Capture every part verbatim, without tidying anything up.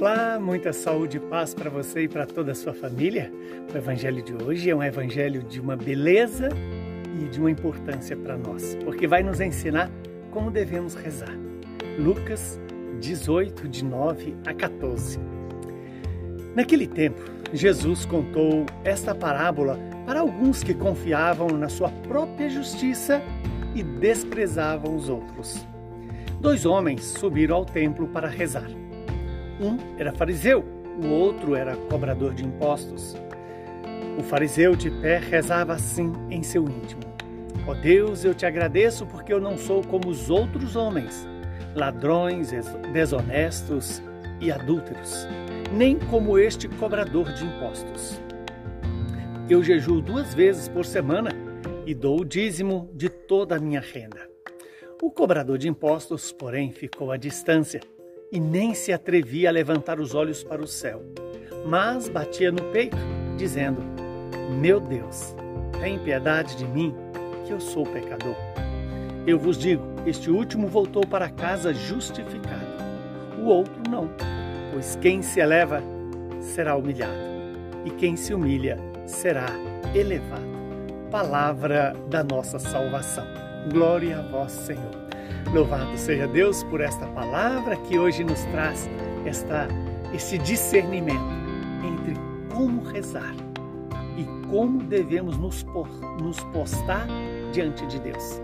Olá, muita saúde e paz para você e para toda a sua família. O evangelho de hoje é um evangelho de uma beleza e de uma importância para nós, porque vai nos ensinar como devemos rezar. Lucas dezoito, de nove a quatorze. Naquele tempo, Jesus contou esta parábola para alguns que confiavam na sua própria justiça e desprezavam os outros. Dois homens subiram ao templo para rezar. Um era fariseu, o outro era cobrador de impostos. O fariseu de pé rezava assim em seu íntimo: ó Deus, eu te agradeço porque eu não sou como os outros homens, ladrões, desonestos e adúlteros, nem como este cobrador de impostos. Eu jejuo duas vezes por semana e dou o dízimo de toda a minha renda. O cobrador de impostos, porém, ficou à distância e nem se atrevia a levantar os olhos para o céu, mas batia no peito, dizendo: meu Deus, tem piedade de mim, que eu sou pecador. Eu vos digo, este último voltou para casa justificado, o outro não, pois quem se eleva será humilhado, e quem se humilha será elevado. Palavra da nossa salvação. Glória a vós, Senhor. Louvado seja Deus por esta palavra que hoje nos traz esta, esse discernimento entre como rezar e como devemos nos, por, nos postar diante de Deus.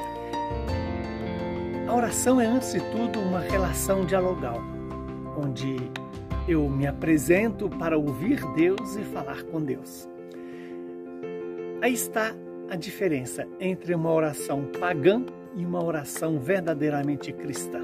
A oração é, antes de tudo, uma relação dialogal, onde eu me apresento para ouvir Deus e falar com Deus. Aí está a diferença entre uma oração pagã e uma oração verdadeiramente cristã.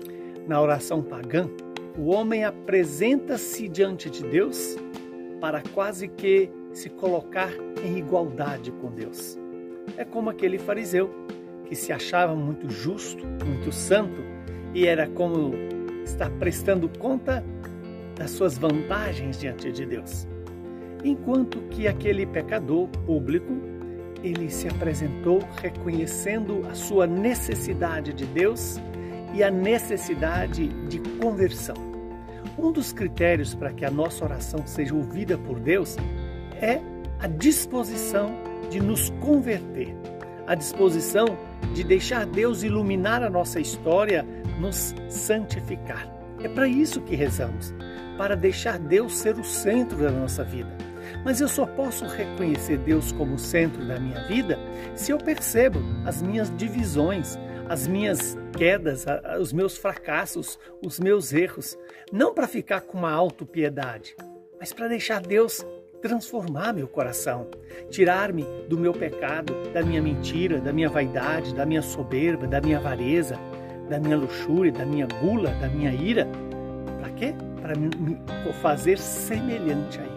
Na oração pagã, o homem apresenta-se diante de Deus para quase que se colocar em igualdade com Deus. É como aquele fariseu que se achava muito justo, muito santo, e era como estar prestando conta das suas vantagens diante de Deus. Enquanto que aquele pecador público, ele se apresentou reconhecendo a sua necessidade de Deus e a necessidade de conversão. Um dos critérios para que a nossa oração seja ouvida por Deus é a disposição de nos converter, a disposição de deixar Deus iluminar a nossa história, nos santificar. É para isso que rezamos, para deixar Deus ser o centro da nossa vida. Mas eu só posso reconhecer Deus como o centro da minha vida se eu percebo as minhas divisões, as minhas quedas, os meus fracassos, os meus erros. Não para ficar com uma autopiedade, mas para deixar Deus transformar meu coração, tirar-me do meu pecado, da minha mentira, da minha vaidade, da minha soberba, da minha avareza, da minha luxúria, da minha gula, da minha ira. Para quê? Para me fazer semelhante a Ele.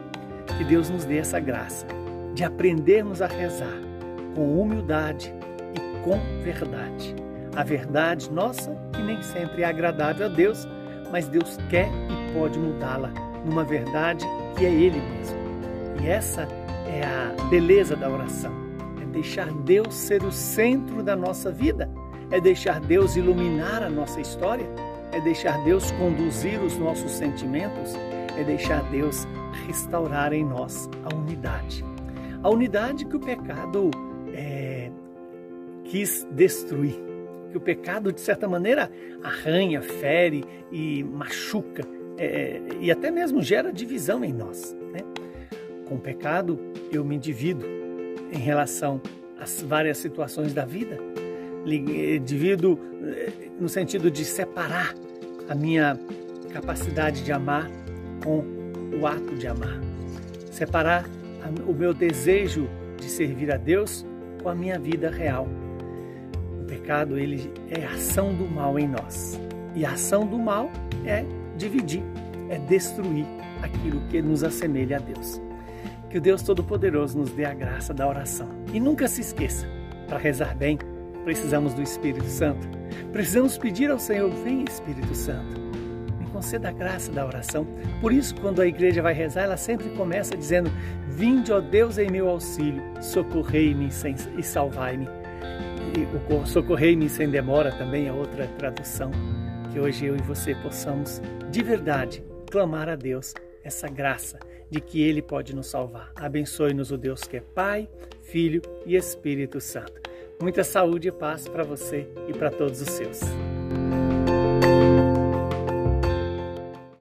Que Deus nos dê essa graça de aprendermos a rezar com humildade e com verdade. A verdade nossa, que nem sempre é agradável a Deus, mas Deus quer e pode mudá-la numa verdade que é Ele mesmo. E essa é a beleza da oração. É deixar Deus ser o centro da nossa vida. É deixar Deus iluminar a nossa história. É deixar Deus conduzir os nossos sentimentos. É deixar Deus restaurar em nós a unidade. A unidade que o pecado é, quis destruir. Que o pecado, de certa maneira, arranha, fere e machuca. É, e até mesmo gera divisão em nós. Né? Com o pecado, eu me divido em relação às várias situações da vida. Divido no sentido de separar a minha capacidade de amar com o ato de amar. Separar o meu desejo de servir a Deus com a minha vida real. O pecado, ele é a ação do mal em nós. E a ação do mal é dividir, é destruir aquilo que nos assemelha a Deus. Que o Deus Todo-Poderoso nos dê a graça da oração. E nunca se esqueça, para rezar bem, precisamos do Espírito Santo. Precisamos pedir ao Senhor: vem Espírito Santo, me conceda a graça da oração. Por isso, quando a igreja vai rezar, ela sempre começa dizendo: vinde, ó Deus, em meu auxílio, socorrei-me e salvai-me. E socorrei-me sem demora também é outra tradução. que hoje eu e você possamos, de verdade, clamar a Deus essa graça de que Ele pode nos salvar. Abençoe-nos o Deus que é Pai, Filho e Espírito Santo. Muita saúde e paz para você e para todos os seus.